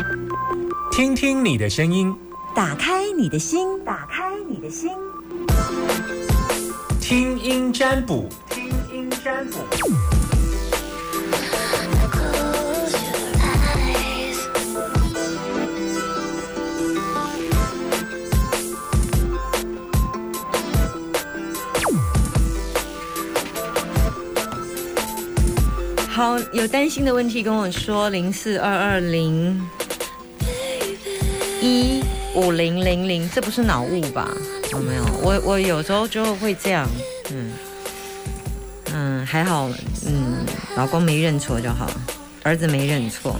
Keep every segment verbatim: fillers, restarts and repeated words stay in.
听听你的声音， 打开你的心，打开你的心， 听音占卜，听音占卜。 好，有担心的问题跟我说，零四二二零一五零零零，这不是脑雾吧？有没有？我我有时候就会这样，嗯嗯，还好，嗯，老公没认错就好，儿子没认错，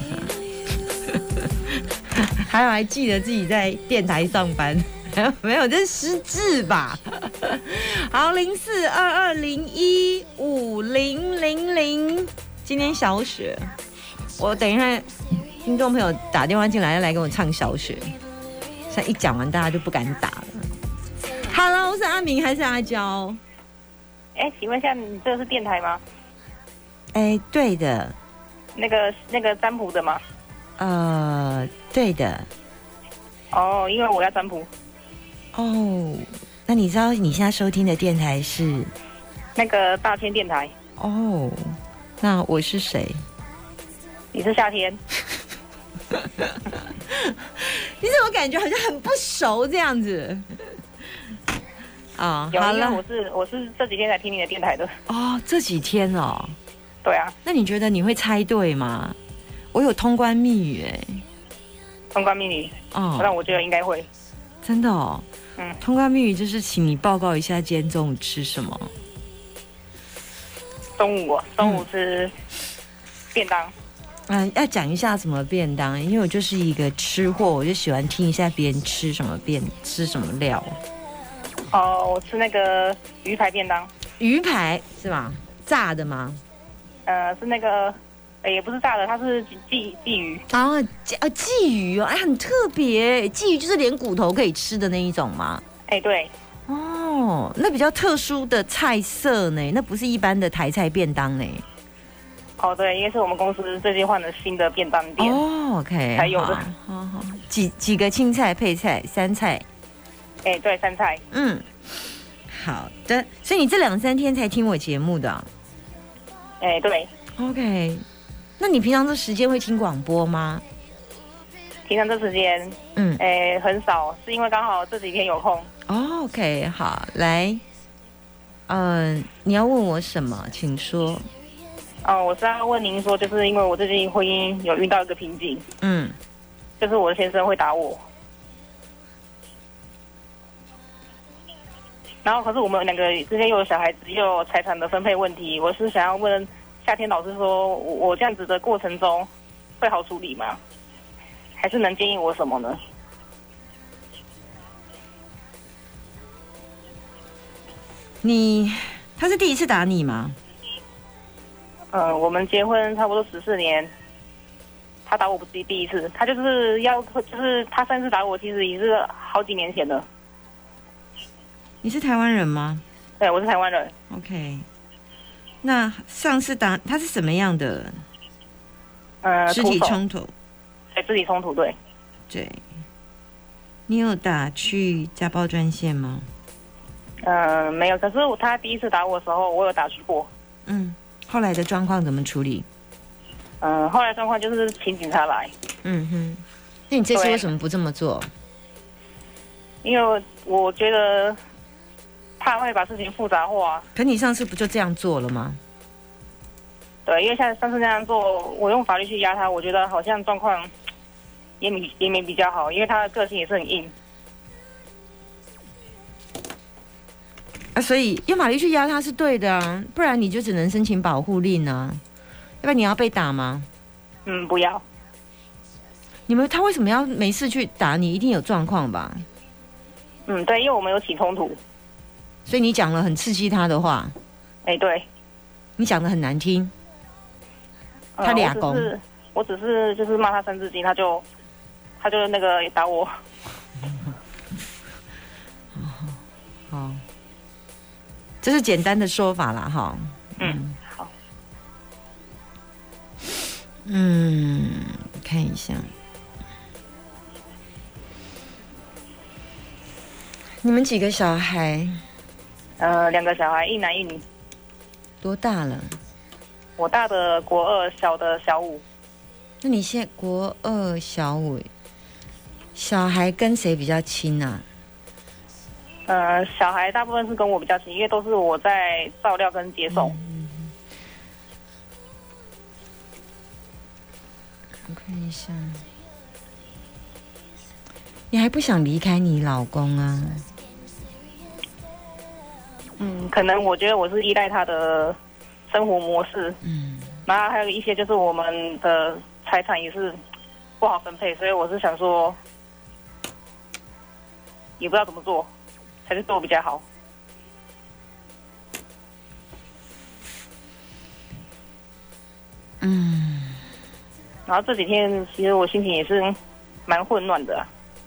还有还记得自己在电台上班，没有，这是失智吧？好，零四二二零一五零零零。今天小雪，我等一下听众朋友打电话进来要来跟我唱小雪，现在一讲完大家就不敢打了。Hello， 是阿明还是阿娇？ 哎，请问一下，你这是电台吗？ 哎，对的。 那个那个占卜的吗？ 呃，对的。 哦，因为我要占卜。 哦，那你知道你现在收听的电台是？ 那个大千电台。 哦。那我是谁？ 你是夏天。 你怎么感觉好像很不熟这样子？ 啊、哦，好了，我是我是这几天才听你的电台的。 哦，这几天哦。 对啊。 那你觉得你会猜对吗？我有通关密语哎。 通关密语。哦。那我觉得应该会。 真的哦。 嗯。 通关密语就是请你报告一下今天中午吃什么。 中午，中午吃便当。 嗯，要讲一下什么便当，因为我就是一个吃货，我就喜欢听一下别人吃什么便吃什么料。 哦，我吃那个鱼排便当。 鱼排是吗？炸的吗？ 呃，是那个，也不是炸的，它是鲫鲫鱼。 啊，鲫鲫鱼哦，哎，很特别。鲫鱼就是连骨头可以吃的那一种吗？ 哎，对。 哦，那比较特殊的菜色呢，那不是一般的台菜便当呢。 哦，对，因为是我们公司最近换了新的便当店。 哦 ，OK， 才有的。 好好，几几个青菜配菜，三菜。 哎，对，三菜。 嗯，好的。所以你这两三天才听我节目的。 哎，对。 OK， 那你平常这时间会听广播吗？ 平常这时间，嗯，哎，很少，是因为刚好这几天有空。 Oh, OK， 好，来，嗯、呃，你要问我什么？请说。 哦，我是要问您说，就是因为我最近婚姻有遇到一个瓶颈，嗯，就是我的先生会打我，然后可是我们两个之间又有小孩子，又有财产的分配问题，我是想要问夏天老师说，我这样子的过程中会好处理吗？还是能建议我什么呢？ 你他是第一次打你吗？ 呃，我们结婚差不多十四年，他打我不是第一次，他就是要就是他上次打我，其实也是好几年前了。 你是台湾人吗？ 对，我是台湾人。 OK， 那上次打他是什么样的？ 呃， 肢体冲突。 对，肢体冲突，对。 对。你有打去家暴专线吗？ 呃，没有，可是他第一次打我的时候，我有打去过。 嗯，后来的状况怎么处理？ 嗯、呃，后来状况就是请警察来。 嗯哼，那你这次为什么不这么做？ 因为我觉得怕会把事情复杂化。 可你上次不就这样做了吗？ 对，因为像上次那样做，我用法律去压他，我觉得好像状况也没也没比较好，因为他的个性也是很硬。 啊，所以用法律去压他是对的啊，不然你就只能申请保护令啊，要不然你要被打吗？ 嗯，不要。 你们他为什么要没事去打你？一定有状况吧？ 嗯，对，因为我们有起冲突， 所以你讲了很刺激他的话。 哎、欸，对， 你讲的很难听。呃、他俩公， 我只是就是骂他三字经，他就他就那个打我。 好。这是简单的说法啦，哈。 嗯，好。 嗯，看一下。 你们几个小孩？ 呃，两个小孩，一男一女。 多大了？ 我大的国二，小的小五。 那你现在国二小五，小孩跟谁比较亲啊？ 呃，小孩大部分是跟我比较亲，因为都是我在照料跟接送。 嗯、我看一下，你还不想离开你老公啊？ 嗯，可能我觉得我是依赖他的生活模式。嗯，然后还有一些就是我们的财产也是不好分配，所以我是想说，也不知道怎么做才是对我比较好。 嗯， 然后这几天其实我心情也是蛮混乱的、啊。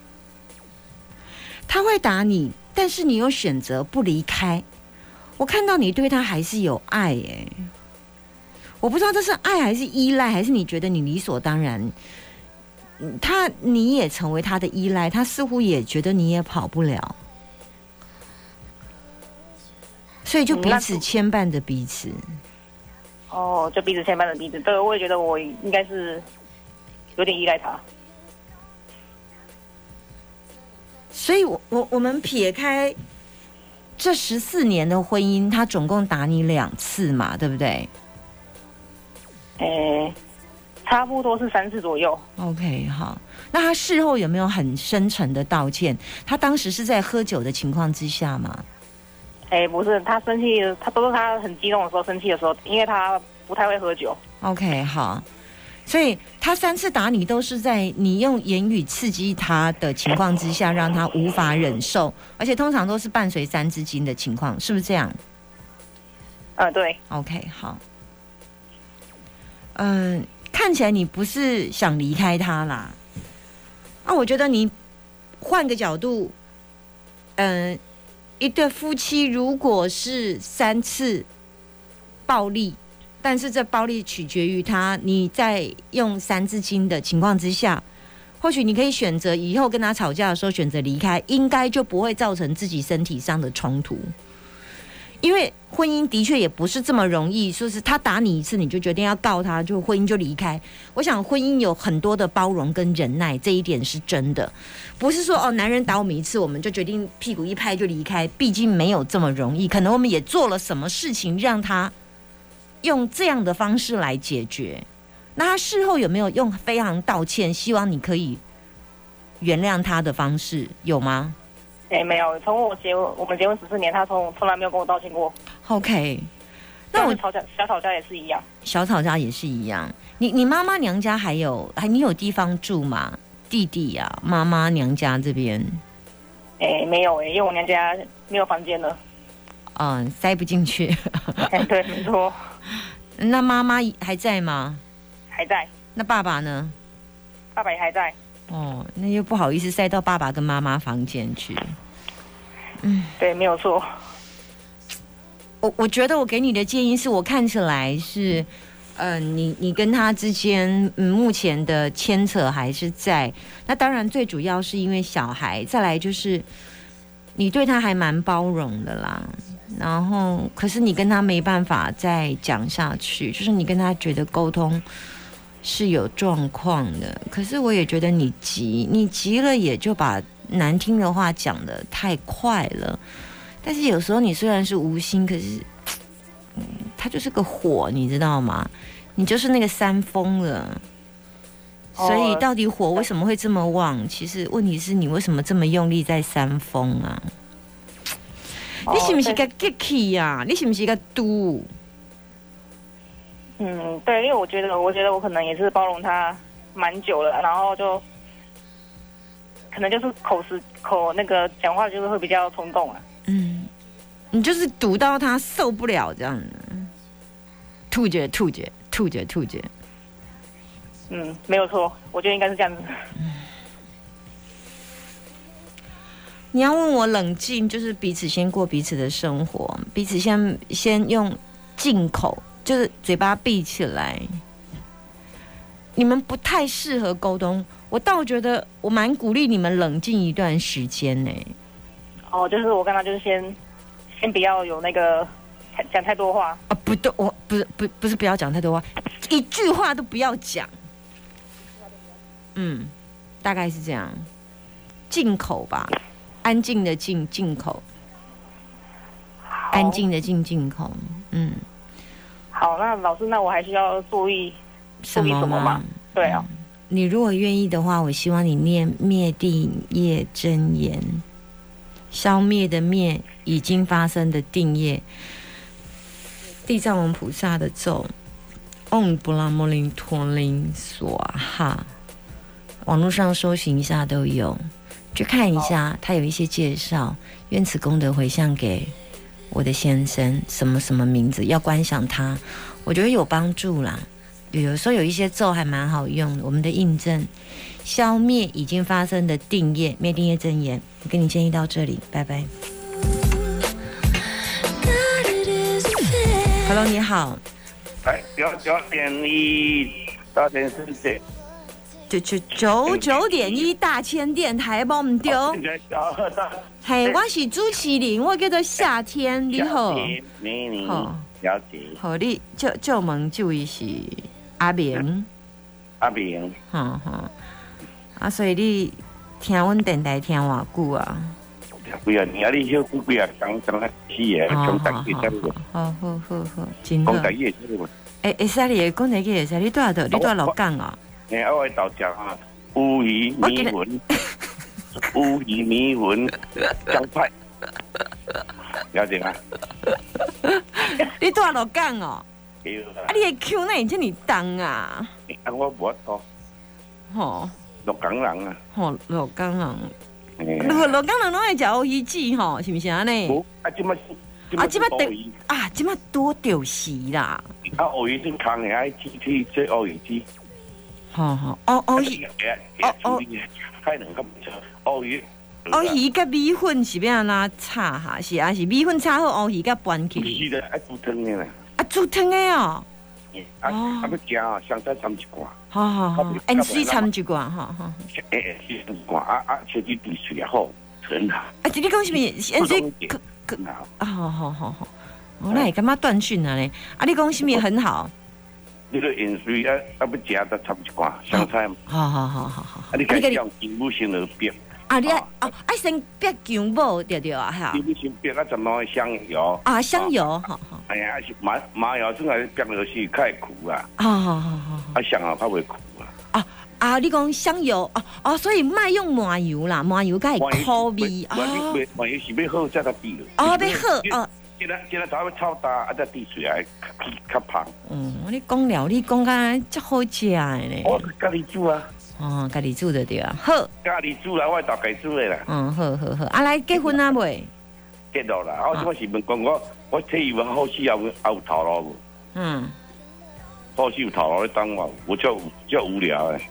他会打你，但是你又选择不离开。我看到你对他还是有爱耶，我不知道这是爱还是依赖，还是你觉得你理所当然，他你也成为他的依赖，他似乎也觉得你也跑不了，所以就彼此牵绊着彼此。 哦，就彼此牵绊着彼此。对，我也觉得我应该是有点依赖他。 所以我我我们撇开这十四年的婚姻，他总共打你两次嘛，对不对？ 诶，差不多是三次左右。 OK， 好。那他事后有没有很深沉的道歉？他当时是在喝酒的情况之下吗？ 诶，不是，他生气，他都是他很激动的时候，生气的时候，因为他不太会喝酒。 OK， 好。所以他三次打你都是在你用言语刺激他的情况之下，让他无法忍受，而且通常都是伴随三字经的情况，是不是这样？ 呃，对。 OK， 好。嗯、呃，看起来你不是想离开他啦。啊，我觉得你换个角度，嗯、呃，一对夫妻如果是三次暴力。但是这暴力取决于他，你在用三字经的情况之下，或许你可以选择以后跟他吵架的时候选择离开，应该就不会造成自己身体上的冲突。因为婚姻的确也不是这么容易，说是他打你一次你就决定要告他，就婚姻就离开。我想婚姻有很多的包容跟忍耐，这一点是真的，不是说哦男人打我们一次我们就决定屁股一拍就离开，毕竟没有这么容易，可能我们也做了什么事情让他用这样的方式来解决。那他事后有没有用非常道歉，希望你可以原谅他的方式，有吗？ 哎、欸，没有，从我结我们结婚十四年，他从从来没有跟我道歉过。 OK， 那我吵架小吵架也是一样， 小吵架也是一样。你你妈妈娘家还有还你有地方住吗？弟弟啊，妈妈娘家这边？ 哎、欸，没有哎、欸，因为我娘家没有房间了。 嗯，塞不进去。 欸、对，没错。 那妈妈还在吗？ 还在。 那爸爸呢？ 爸爸也还在。 哦，那又不好意思塞到爸爸跟妈妈房间去。嗯， 对，没有错。 我我觉得我给你的建议是我看起来是，呃，你你跟他之间、嗯、目前的牵扯还是在。那当然最主要是因为小孩，再来就是你对他还蛮包容的啦。然后，可是你跟他没办法再讲下去，就是你跟他觉得沟通是有状况的。可是我也觉得你急，你急了也就把难听的话讲得太快了。但是有时候你虽然是无心，可是，嗯，它就是个火，你知道吗？你就是那个山峰了。所以到底火为什么会这么旺？其实问题是你为什么这么用力在扇风啊？你是不是个 geeky 呀？你是不是个嘟？ 嗯，对，因为我觉得，我觉得我可能也是包容他蛮久了，然后就可能就是口实口那个讲话就是会比较冲动啊。 嗯，你就是堵到他受不了这样的，吐姐吐姐吐姐吐姐。 嗯，没有错，我觉得应该是这样子。 嗯你要问我冷静，就是彼此先过彼此的生活，彼此先先用进口，就是嘴巴闭起来。你们不太适合沟通，我倒觉得我蛮鼓励你们冷静一段时间呢。 哦，就是我跟他就是先先不要有那个讲太多话啊，不对，我不是不不是不要讲太多话，一句话都不要讲。嗯，大概是这样，进口吧，安静的进进口，安静的进进口。嗯， 好，那老师，那我还需要注意注意什么吗？对啊、嗯， 你如果愿意的话，我希望你念灭定业真言，消灭的灭，已经发生的定业，地藏王菩萨的咒，唵布拉摩林陀林娑哈。网络上搜寻一下都有，去看一下，它有一些介绍。愿此功德回向给我的先生，什么什么名字，要观想他，我觉得有帮助啦。有时候有一些咒还蛮好用的。我们的印证，消灭已经发生的定业，灭定业真言。我跟你建议到这里，拜拜。Hello， 你好。 来，九九点一大千世界。 九九九九点一大千电台，无唔对。嘿，我是主持人，我叫做夏天，你好。 你好，了解。 好，你就就问这位是阿明。 阿明。 哈哈。啊，所以你听阮电台听偌久啊？ 几啊年啊？你休几啊工刚开始诶，讲台语真个。 好好好好，真好。 讲台语会使无？ 诶，会使你讲台语会使，你住倒？你住鹿港哦？ 诶，我会豆食啊，乌鱼米粉，乌鱼米粉姜派，了解吗？ 你住鹿港哦？ 对啊。 啊，你的 Q 哪会这么重啊？ 啊，我无法度。 吼。 鹿港人啊。 吼，鹿港人。鹿鹿港人拢爱食乌鱼子吼，是毋是安尼？ 无，啊，即摆啊，即摆得啊，即摆多就是啦。 啊，乌鱼子空的爱煮去做乌鱼子。 好好，哦哦鱼， 哦哦，海两个乌鱼， 乌鱼甲米粉是要安怎炒哈？是啊，是米粉炒好，乌鱼甲拌起。 是的，爱煮汤的啦。 啊，煮汤的哦。 啊啊，要食哦，香菜掺一罐。 好好好 ，N C 掺一罐，哈哈。 诶，是一罐啊啊，切鸡底水也好，很好。 啊，你讲什么 N C？ 可可啊，好好好好。我那会感觉断讯啊咧。啊，你讲什么很好？ 你个盐水啊，啊要食得掺一罐香菜。 好好好好好。 啊，你家用姜母先落煸。 啊，你啊啊，爱先煸姜母，对对啊，哈。 你先煸啊，怎么香油？ 啊，香油，好好。 哎呀，是麻麻油，真系煸落去较会苦啊。 好好好好。 啊，香油较袂苦啊。 啊啊，你讲香油哦哦，所以卖用麻油啦，麻油较会苦味啊。 麻油是要好才得滴。 哦，要好哦。 今仔今仔早要炒大，啊再滴水来较香。 嗯，你讲料理讲甲足好食的咧。 我家己煮啊。 哦，家己煮就对啊。好。 家己煮啦，我大家煮的啦。 嗯，好好好。啊，来结婚啊未？ 结了啦，我我是问讲我我体育好死有有头路无？ 嗯。 好死有头路咧等我，我就就无聊诶。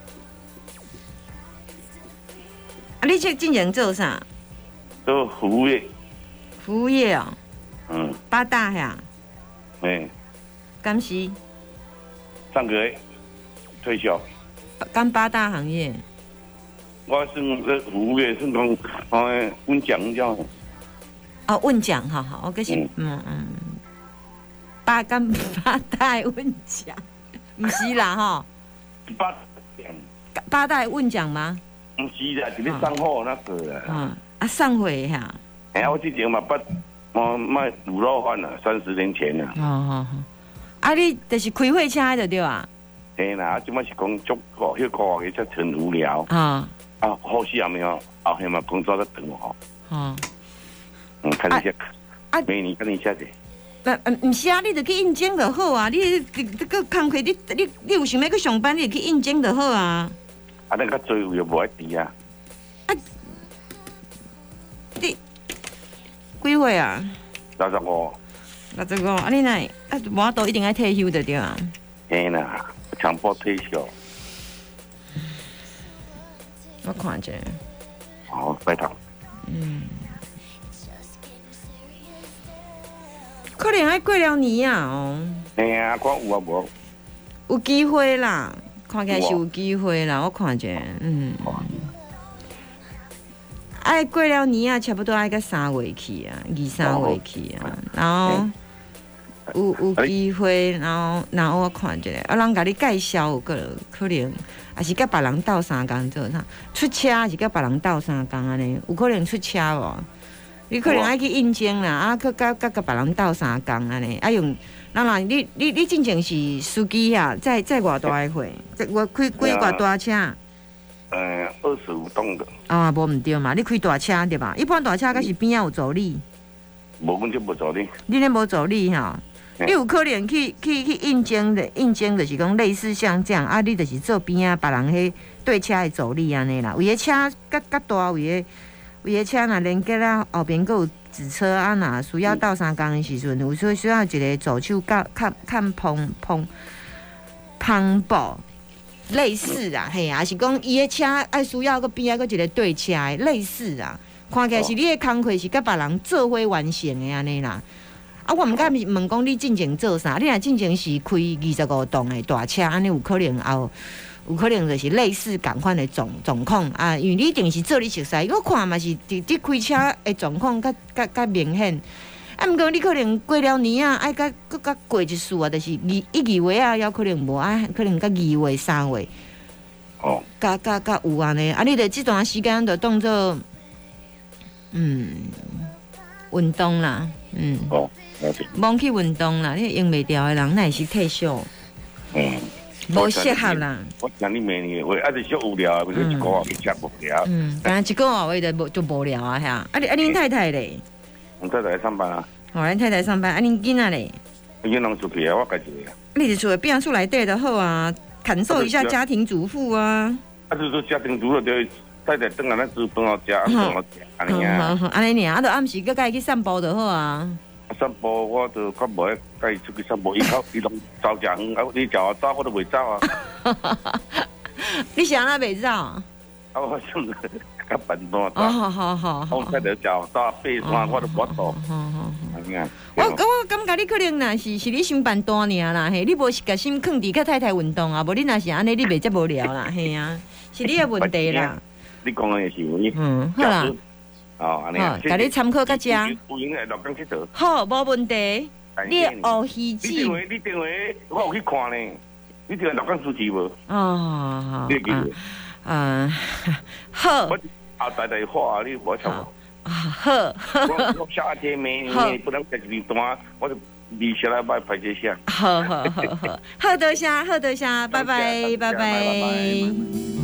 啊，你这进前做啥？ 做服务业。 服务业哦。 嗯， 八大呀， 哎， 刚是上个月退休， 干八大行业。 我算个服务业，算讲哎问奖叫。 哦，问奖，好好，我可是嗯嗯，八干八大问奖，不是啦哈。 八八大问奖吗？ 不是啦，是咧上货那个啦。 嗯，啊上回哈。 哎呀，我之前嘛八。我卖卤肉饭了，三十年前了。 哦哦哦，啊，你就是开货车的对吧？ 嘿啦，啊，即摆是讲足个，迄个也才很无聊。啊啊，好事也没有，后下嘛工作在等我。哦。嗯，看一下，啊，美女看一下子。 不，嗯，唔是啊，你就去应征就好啊。你这个工课，你你你有想要去上班，你就去应征就好啊。 啊，那个最有又无爱滴啊。啊， 你。几岁啊？ 六十五。 六十五，啊你哪？啊，无都一定爱退休的对啊。 嘿啦，强迫退休。 我看者。 好，拜托。 嗯。可能爱过了年啊哦。 嘿啊，看有啊无？ 有机会啦，看起来是有机会啦，我看者，嗯。啊， 爱过了年啊，差不多爱个三月去啊，二三月去啊，然后有有机会，然后然后我看一下，啊，人甲你介绍有个可能，还是甲别人斗三工做啥？出车是甲别人斗三工安尼，有可能出车无？你可能爱去应征啦，啊，去甲甲甲别人斗三工安尼，啊用。当然，你你你真正是司机啊，在在偌大个会，我开开偌大车？ 呃，二十五吨的。 啊，无毋对嘛，你开大车对吧？一般大车可是边仔有助力。 无，阮就无助力。 你咧无助力吼，你有可能去去去应征的，应征就是讲类似像这样啊，你就是做边仔别人迄对车的助力安尼啦。有个车较较大，有个有个车若连接了后边佫有。子车啊，若需要斗三工的时阵，有时需要一个助手较较看碰碰碰步，类似啊，嘿啊，是讲伊的车爱需要个边仔个一个对车的，类似啊，看起来是你的工课是甲别人做伙完成的安尼啦。啊，我毋敢问讲你进前做啥，你若进前是开二十五吨的大车，安尼有可能后。有可能就是类似共款的状状况啊，因为你一定是做你熟悉，我看嘛是伫伫开车的状况较较较明显。啊，毋过你可能过了年啊，爱甲搁甲过一次啊，就是二一二月啊，还可能无啊，可能甲二月三月。 哦。 甲甲甲有安尼，啊，你着即段时间着当做嗯运动啦，嗯。 哦，了解。 忙去运动啦，你用袂掉的人，那也是退休。 嗯。 无适合啦。 我听你明年话，啊，就是无聊，为咗一个月去吃无聊。 嗯，但一个月话就无就无聊啊，吓。啊，你啊，恁太太咧？ 我太太上班啊。 哦，恁太太上班，啊，恁囡仔咧？ 囡仔出去啊，我家己啊。 你是厝边厝内底就好啊，感受一下家庭主妇啊。 啊，就是家庭主妇就太太等下咱煮饭好食，饭好食，安尼啊。 安尼尔，啊，就暗时佮家己去散步就好啊。 散步我就较无爱带伊出去散步，伊走伊拢走食远，啊，你叫我走我都袂走啊。 你是安那袂走？啊， 我想较笨蛋。 哦，好好好。 我带着叫走爬山，我都无走。 好好。我我感觉你可能若是是你上班单尔啦，嘿，你无是甲心放伫甲太太运动啊，无你若是安尼，你袂遮无聊啦，嘿啊，是你的问题啦。 你讲的是有呢。 嗯，好啦。 哦，安尼啊，甲你参考较遮。 有闲来落港佚佗。 好，无问题。你学鱼子。 你电话，你电话，我有去看呢。你电话落港主持无？ 哦，好。 你记住。 嗯，好。 我后台台话，你无错。 啊，好。 我我夏天没没不能在这里端，我就离下来买排这下。 好好好好，好多谢，好多谢，拜拜，拜拜。